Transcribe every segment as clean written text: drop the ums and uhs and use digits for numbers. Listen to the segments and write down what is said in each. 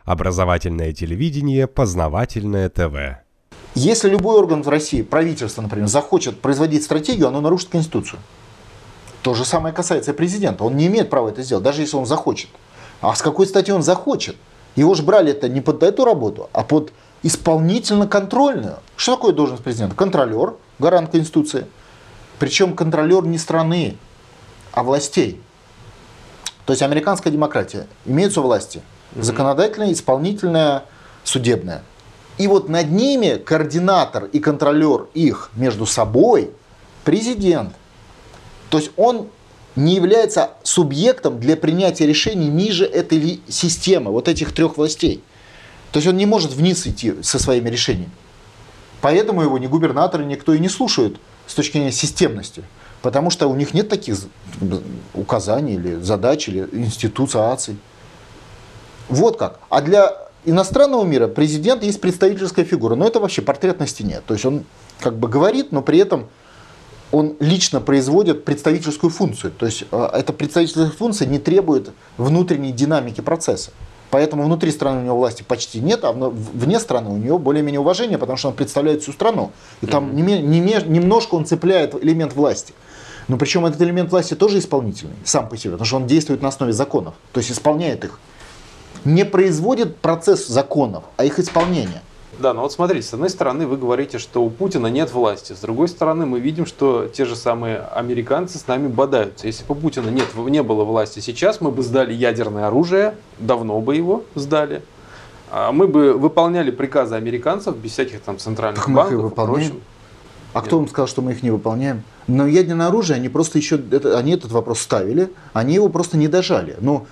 Образовательное телевидение, познавательное ТВ. Если любой орган в России, правительство, например, захочет производить стратегию, оно нарушит Конституцию. То же самое касается и президента. Он не имеет права это сделать, даже если он захочет. А с какой стати он захочет? Его же брали это не под эту работу, а под исполнительно-контрольную. Что такое должность президента? Контролер, гарант Конституции. Причем контролер не страны, а властей. То есть американская демократия. Имеются власти. Законодательная, исполнительная, судебная. И вот над ними координатор и контролер их между собой президент. То есть он не является субъектом для принятия решений ниже этой системы, вот этих трех властей. То есть он не может вниз идти со своими решениями. Поэтому его ни губернаторы, никто и не слушают с точки зрения системности. Потому что у них нет таких указаний или задач, или институций. Вот как. А для иностранного мира президент есть представительская фигура. Но это вообще портрет на стене. То есть он как бы говорит, но при этом он лично производит представительскую функцию. То есть эта представительская функция не требует внутренней динамики процесса. Поэтому внутри страны у него власти почти нет, а вне страны у него более-менее уважение, потому что он представляет всю страну. И там немножко он цепляет элемент власти. Но причем этот элемент власти тоже исполнительный, сам по себе, потому что он действует на основе законов, то есть исполняет их. Не производит процесс законов, а их исполнение. Да, но вот смотрите, с одной стороны вы говорите, что у Путина нет власти, с другой стороны мы видим, что те же самые американцы с нами бодаются. Если бы у Путина не было власти сейчас, мы бы сдали ядерное оружие, давно бы его сдали. Мы бы выполняли приказы американцев без всяких там центральных банков и прочим. А кто вам сказал, что мы их не выполняем? Но ядерное оружие, они просто еще, они этот вопрос ставили, они его просто не дожали. Но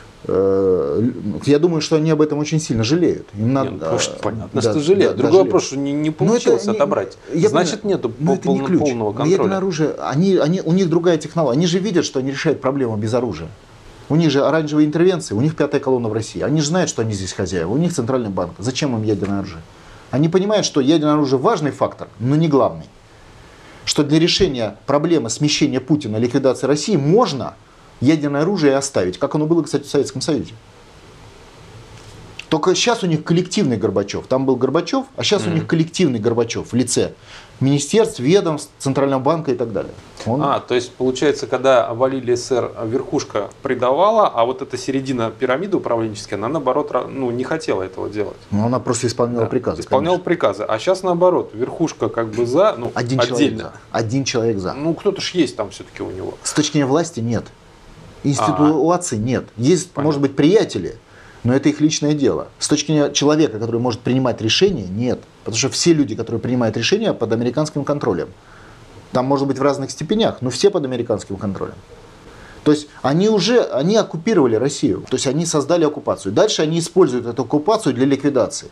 я думаю, что они об этом очень сильно жалеют. Им надо, понятно, что жалеют. Другой вопрос, что не получилось отобрать. Значит, нет полного контроля. Ядерное оружие, у них другая технология. Они же видят, что они решают проблему без оружия. У них же оранжевые интервенции, у них пятая колонна в России. Они же знают, что они здесь хозяева. У них центральный банк. Зачем им ядерное оружие? Они понимают, что ядерное оружие важный фактор, но не главный. Что для решения проблемы смещения Путина, ликвидации России можно ядерное оружие оставить, как оно было, кстати, в Советском Союзе. Только сейчас у них коллективный Горбачев. Там был Горбачев, а сейчас у них коллективный Горбачев в лице министерств, ведомств, Центрального банка и так далее. То есть, получается, когда обвалили СССР, верхушка предавала, а вот эта середина пирамиды управленческая, она, наоборот, не хотела этого делать. Но она просто исполняла приказы. Исполняла приказы. А сейчас, наоборот, верхушка как бы за, отдельно. Один человек за. Кто-то ж есть там все-таки у него. С точки зрения власти нет. Институции нет. Есть, может быть, приятели, но это их личное дело. С точки зрения человека, который может принимать решения, нет. Потому что все люди, которые принимают решения, под американским контролем. Там может быть в разных степенях, но все под американским контролем. То есть они оккупировали Россию. То есть они создали оккупацию. Дальше они используют эту оккупацию для ликвидации.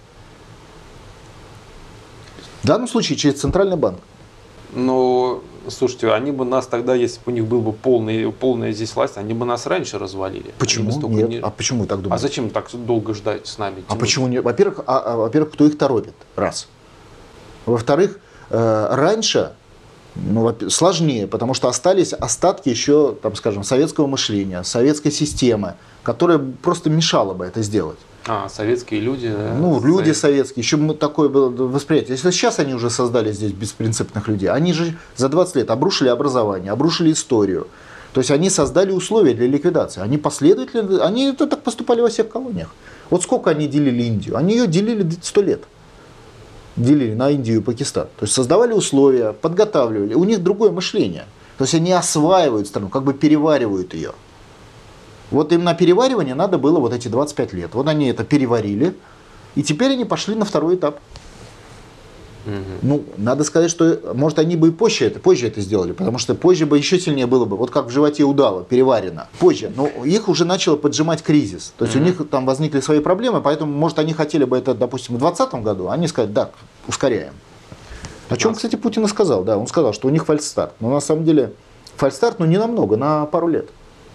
В данном случае через Центральный банк. Но, слушайте, они бы нас тогда, если бы у них была бы полная здесь власть, они бы нас раньше развалили. Почему нет? А почему вы так думаете? А зачем так долго ждать с нами? А почему нет? Во-первых, кто их торопит? Раз. Во-вторых, раньше сложнее, потому что остались остатки еще, там, скажем, советского мышления, советской системы, которая просто мешала бы это сделать. Советские люди. Люди советские. Еще такое было восприятие. Если сейчас они уже создали здесь беспринципных людей, они же за 20 лет обрушили образование, обрушили историю. То есть они создали условия для ликвидации. Они последовательно, они так поступали во всех колониях. Вот сколько они делили Индию? Они ее делили 100 лет. Делили на Индию и Пакистан. То есть создавали условия, подготавливали. У них другое мышление. То есть они осваивают страну, как бы переваривают ее. Вот им на переваривание надо было вот эти 25 лет. Вот они это переварили, и теперь они пошли на второй этап. Надо сказать, что, может, они бы и позже это сделали, потому что позже бы еще сильнее было бы, вот как в животе удава, переварено. Позже, но их уже начало поджимать кризис. То есть у них там возникли свои проблемы, поэтому, может, они хотели бы это, допустим, в 2020 году, они сказали, да, ускоряем. О чем, кстати, Путин и сказал, да, он сказал, что у них фальстарт. Но на самом деле фальстарт, не намного, на пару лет.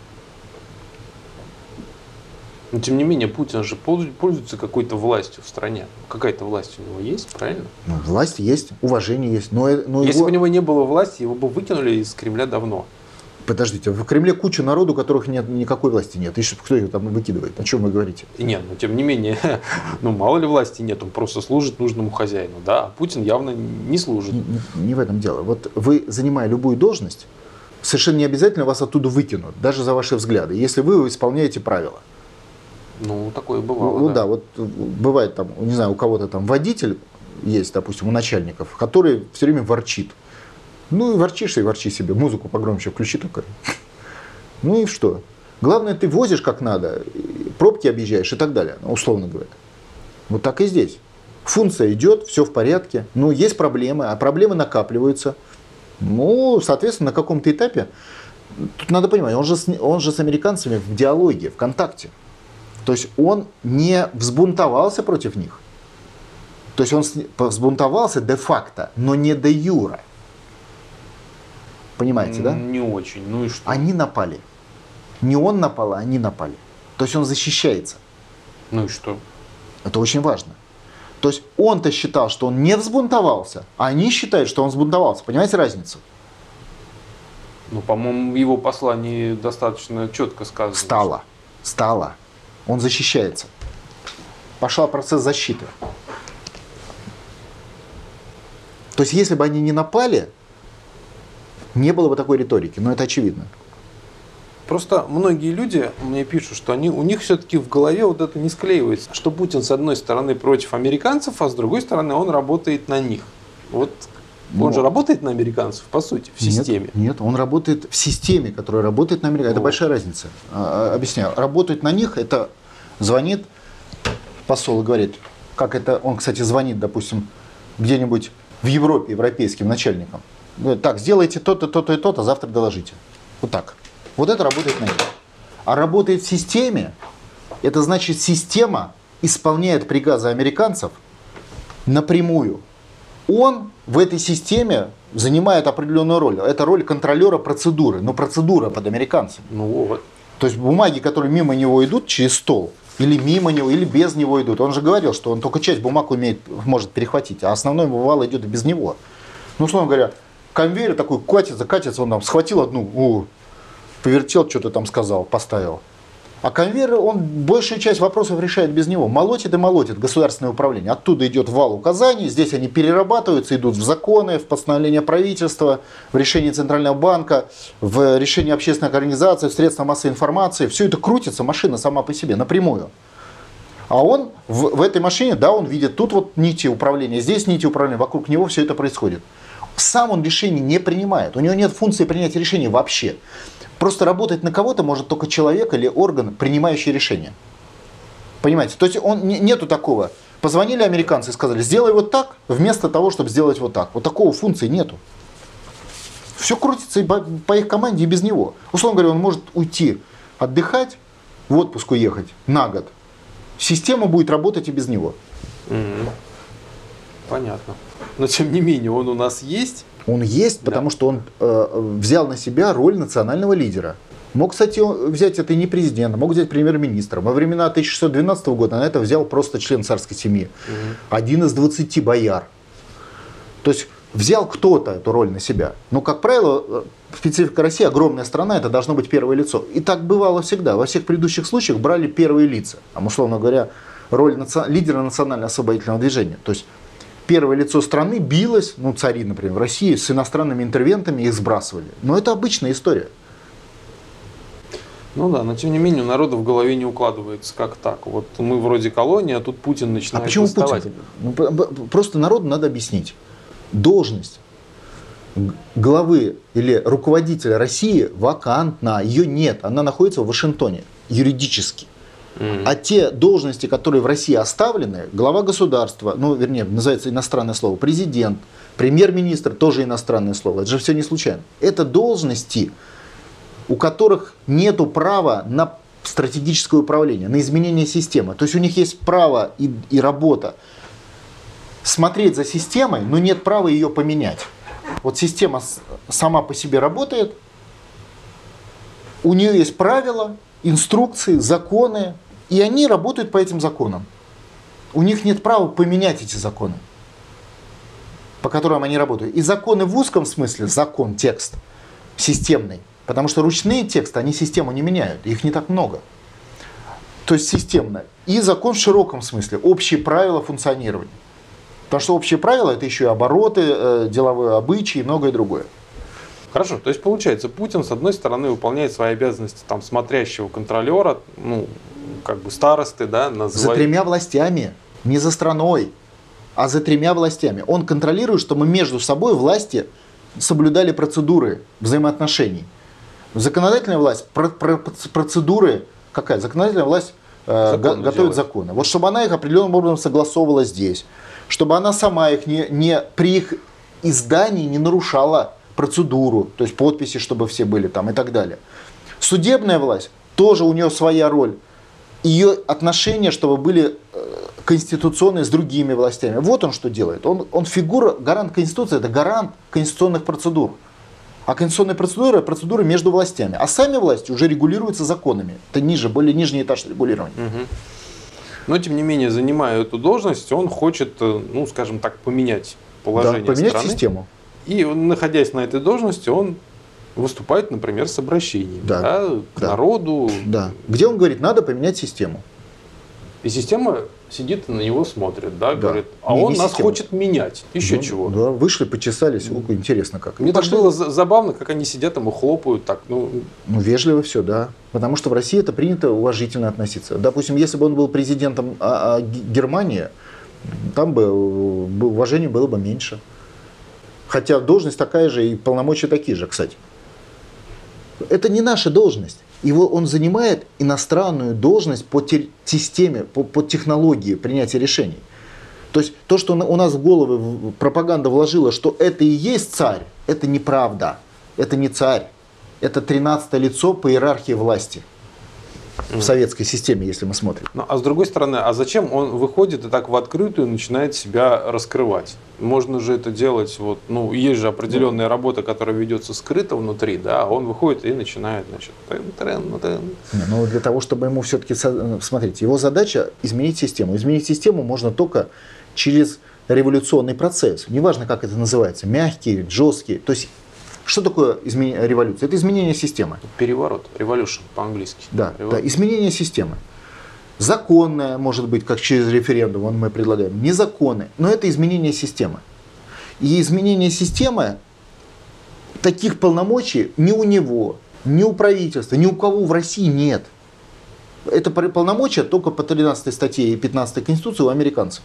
Но тем не менее, Путин же пользуется какой-то властью в стране. Какая-то власть у него есть, правильно? Власть есть, уважение есть. Но если бы у него не было власти, его бы выкинули из Кремля давно. Подождите, в Кремле куча народу, у которых нет, никакой власти нет. И кто их там выкидывает? О чем вы говорите? Нет, но тем не менее, ну мало ли власти нет, он просто служит нужному хозяину, да, а Путин явно не служит. Не в этом дело. Вот вы, занимая любую должность, совершенно не обязательно вас оттуда выкинут, даже за ваши взгляды, если вы исполняете правила. Ну, такое бывало, Ну да, вот бывает там, не знаю, у кого-то там водитель есть, допустим, у начальников, который все время ворчит. Ну и ворчишь, и ворчи себе, музыку погромче включи только. Ну и что? Главное, ты возишь как надо, пробки объезжаешь и так далее, условно говоря. Вот так и здесь. Функция идет, все в порядке, но есть проблемы, а проблемы накапливаются. Ну, соответственно, на каком-то этапе, тут надо понимать, он же с американцами в диалоге, в контакте. То есть он не взбунтовался против них. То есть он взбунтовался де-факто, но не де-юре. Понимаете, да? Не очень. Ну и что? Они напали. Не он напал, а они напали. То есть он защищается. Ну и что? Это очень важно. То есть он-то считал, что он не взбунтовался, а они считают, что он взбунтовался. Понимаете разницу? Ну, по-моему, в его послании достаточно четко сказано. Стало. Он защищается. Пошел процесс защиты. То есть если бы они не напали, не было бы такой риторики, но это очевидно. Просто многие люди мне пишут, что у них все-таки в голове вот это не склеивается, что Путин с одной стороны против американцев, а с другой стороны он работает на них. Вот он же работает на американцев, по сути, в системе. Нет, он работает в системе, которая работает на американцев. Это большая разница. Объясняю. Работать на них, это звонит посол и говорит, как это, он, кстати, звонит, допустим, где-нибудь в Европе, европейским начальникам. Говорит, так, сделайте то-то, то-то и то-то, завтра доложите. Вот так. Вот это работает на них. А работает в системе, это значит, система исполняет приказы американцев напрямую. Он в этой системе занимает определенную роль. Это роль контролера процедуры. Но процедура под американцем. Ну вот. То есть бумаги, которые мимо него идут через стол, или мимо него, или без него идут. Он же говорил, что он только часть бумаг может перехватить, а основной бывало идет и без него. Ну, условно говоря, конвейер такой катится, он там схватил одну, повертел, что-то там сказал, поставил. А конвейер, он большую часть вопросов решает без него. Молотит и молотит государственное управление. Оттуда идет вал указаний, здесь они перерабатываются, идут в законы, в постановление правительства, в решение Центрального банка, в решение общественных организаций, в средства массовой информации. Все это крутится, машина сама по себе, напрямую. А он в этой машине, да, он видит тут вот нити управления, здесь нити управления, вокруг него все это происходит. Сам он решений не принимает, у него нет функции принятия решений вообще. Просто работать на кого-то может только человек или орган, принимающий решение. Понимаете? То есть нету такого. Позвонили американцы и сказали, сделай вот так, вместо того, чтобы сделать вот так. Вот такого функции нету. Все крутится и по их команде и без него. Условно говоря, он может уйти отдыхать, в отпуск уехать на год. Система будет работать и без него. Понятно. Но тем не менее, он у нас есть. Он есть, потому что он взял на себя роль национального лидера. Мог, кстати, взять это и не президента, мог взять премьер-министра. Во времена 1612 года на это взял просто член царской семьи. Один из 20 бояр. То есть взял кто-то эту роль на себя. Но, как правило, специфика России, огромная страна, это должно быть первое лицо. И так бывало всегда. Во всех предыдущих случаях брали первые лица. Там, условно говоря, роль лидера национально-освободительного движения. То есть первое лицо страны билось, цари, например, в России, с иностранными интервентами, их сбрасывали. Но это обычная история. Ну да, но тем не менее у народа в голове не укладывается, как так. Вот мы вроде колония, а тут Путин начинает восставать. Путин? Просто народу надо объяснить. Должность главы или руководителя России вакантна, ее нет, она находится в Вашингтоне юридически. А те должности, которые в России оставлены, глава государства, называется иностранное слово, президент, премьер-министр, тоже иностранное слово, это же все не случайно. Это должности, у которых нет права на стратегическое управление, на изменение системы. То есть у них есть право и работа смотреть за системой, но нет права ее поменять. Вот система сама по себе работает, у нее есть правила, инструкции, законы, и они работают по этим законам. У них нет права поменять эти законы, по которым они работают. И законы в узком смысле, закон, текст, системный, Потому что ручные тексты, они систему не меняют, их не так много. То есть системно. И закон в широком смысле, общие правила функционирования. Потому что общие правила — это еще и обороты, деловые обычаи и многое другое. Хорошо, то есть получается, Путин, с одной стороны, выполняет свои обязанности там, смотрящего контролера, ну, как бы старосты, да, За 3 властями, не за страной, а за 3 властями. Он контролирует, чтобы между собой власти соблюдали процедуры взаимоотношений. Законодательная власть, процедуры, какая? Законодательная власть готовит законы. Вот чтобы она их определенным образом согласовывала здесь, чтобы она сама их при их издании не нарушала процедуру, то есть подписи, чтобы все были там и так далее. Судебная власть, тоже у нее своя роль. Ее отношения, чтобы были конституционные с другими властями. Вот он что делает. Он фигура, гарант Конституции, это гарант конституционных процедур. А конституционные процедуры между властями. А сами власти уже регулируются законами. Это более нижний этаж регулирования. Угу. Но, тем не менее, занимая эту должность, он хочет, ну, скажем так, поменять положение поменять страны. Систему. И, находясь на этой должности, он выступает, например, с обращением к народу. Да. Где он говорит, надо поменять систему. И система сидит и на него смотрит, говорит, он нас хочет менять. Еще чего. Да, вышли, почесались, интересно как. Мне так было забавно, как они сидят там и хлопают. Так, вежливо все, да. Потому что в России это принято уважительно относиться. Допустим, если бы он был президентом Германии, там бы уважение было бы меньше. Хотя должность такая же и полномочия такие же, кстати. Это не наша должность. Он занимает иностранную должность по системе, по технологии принятия решений. То есть то, что у нас в головы пропаганда вложила, что это и есть царь, это неправда. Это не царь. Это 13-е лицо по иерархии власти. В советской системе, если мы смотрим. А с другой стороны, а зачем он выходит и так в открытую начинает себя раскрывать? Можно же это делать, есть же определенная работа, которая ведется скрыто внутри, а он выходит и начинает, для того, чтобы ему все-таки, смотрите, его задача изменить систему. Изменить систему можно только через революционный процесс. Неважно, как это называется, мягкий, жесткий. То есть, что такое революция? Это изменение системы. Переворот, revolution по-английски. Да, изменение системы. Законное, может быть, как через референдум, мы предлагаем. Незаконное, но это изменение системы. И изменение системы, таких полномочий ни у него, ни у правительства, ни у кого в России нет. Это полномочия только по 13 статье и 15 Конституции у американцев.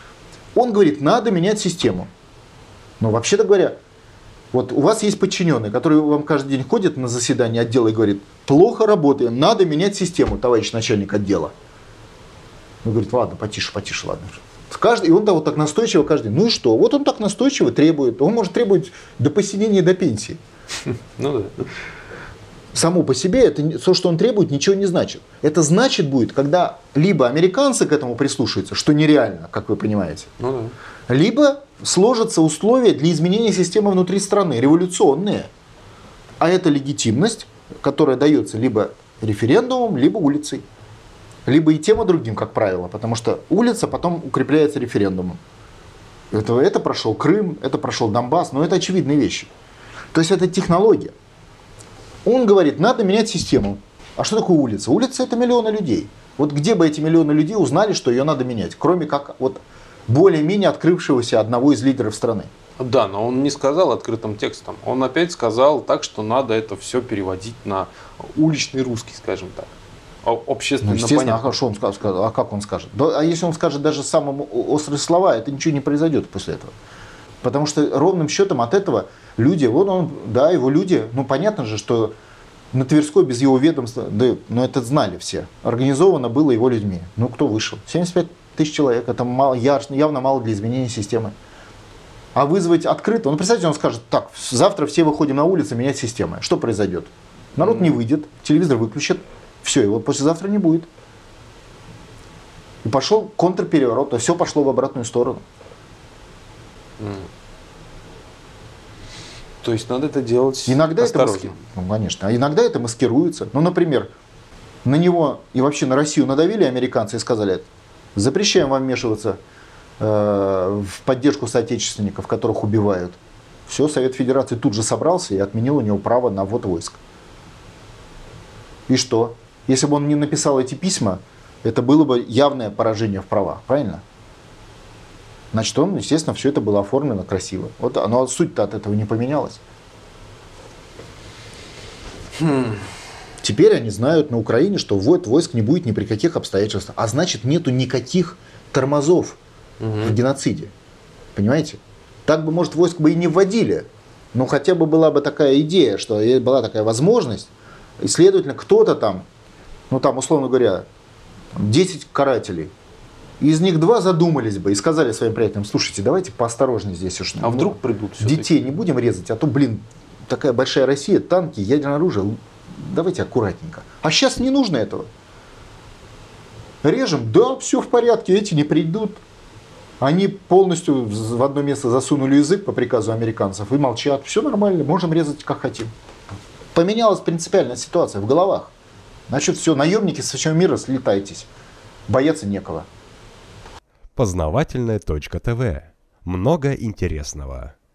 Он говорит, надо менять систему. Но вообще-то говоря, вот у вас есть подчиненный, который вам каждый день ходит на заседание отдела и говорит, плохо работаем, надо менять систему, товарищ начальник отдела. Он говорит, ладно, потише, ладно. И он вот так настойчиво каждый день. Ну и что? Вот он так настойчиво требует. Он может требовать до посинения, до пенсии. Ну да. Само по себе, это, то, что он требует, ничего не значит. Это значит будет, когда либо американцы к этому прислушаются, что нереально, как вы понимаете, либо сложатся условия для изменения системы внутри страны, революционные. А это легитимность, которая дается либо референдумом, либо улицей. Либо и тем, и другим, как правило. Потому что улица потом укрепляется референдумом. Это прошел Крым, это прошел Донбасс, но это очевидные вещи. То есть это технология. Он говорит, надо менять систему. А что такое улица? Улица — это миллионы людей. Вот где бы эти миллионы людей узнали, что ее надо менять? Кроме как более-менее открывшегося одного из лидеров страны. Да, но он не сказал открытым текстом. Он опять сказал так, что надо это все переводить на уличный русский, скажем так. Общественно понятно. А что он сказал? А как он скажет? А если он скажет даже самые острые слова, это ничего не произойдет после этого. Потому что ровным счетом от этого люди, его люди, понятно же, что на Тверской без его ведомства, это знали все, организовано было его людьми. Кто вышел? 75 тысяч человек, это мало, явно мало для изменения системы. А вызвать открыто, представьте, он скажет, так, завтра все выходим на улицу менять системы. Что произойдет? Народ не выйдет, телевизор выключит, все, его послезавтра не будет. И пошел контрпереворот, все пошло в обратную сторону. То есть надо это делать иногда осторожно. Конечно. А иногда это маскируется. Например, на него и вообще на Россию надавили американцы и сказали, запрещаем вам вмешиваться в поддержку соотечественников, которых убивают. Все, Совет Федерации тут же собрался и отменил у него право на ввод войск. И что? Если бы он не написал эти письма, это было бы явное поражение в правах, правильно? Значит, он, естественно, все это было оформлено красиво. Вот оно, суть-то от этого не поменялась. Теперь они знают на Украине, что ввод войск не будет ни при каких обстоятельствах. А значит, нету никаких тормозов в геноциде. Понимаете? Так бы, может, войск бы и не вводили. Но хотя бы была бы такая идея, что была такая возможность. И, следовательно, кто-то там, ну там, условно говоря, 10 карателей. Из них 2 задумались бы и сказали своим приятелям: слушайте, давайте поосторожнее здесь уж. А вдруг придут все-таки? Детей не будем резать, а то, блин, такая большая Россия, танки, ядерное оружие. Давайте аккуратненько. А сейчас не нужно этого. Режем, да, все в порядке, эти не придут. Они полностью в одно место засунули язык по приказу американцев и молчат. Все нормально, можем резать как хотим. Поменялась принципиальная ситуация в головах. Значит, все, наемники со всего мира, слетайтесь. Бояться некого. Познавательная точка ТВ. Много интересного.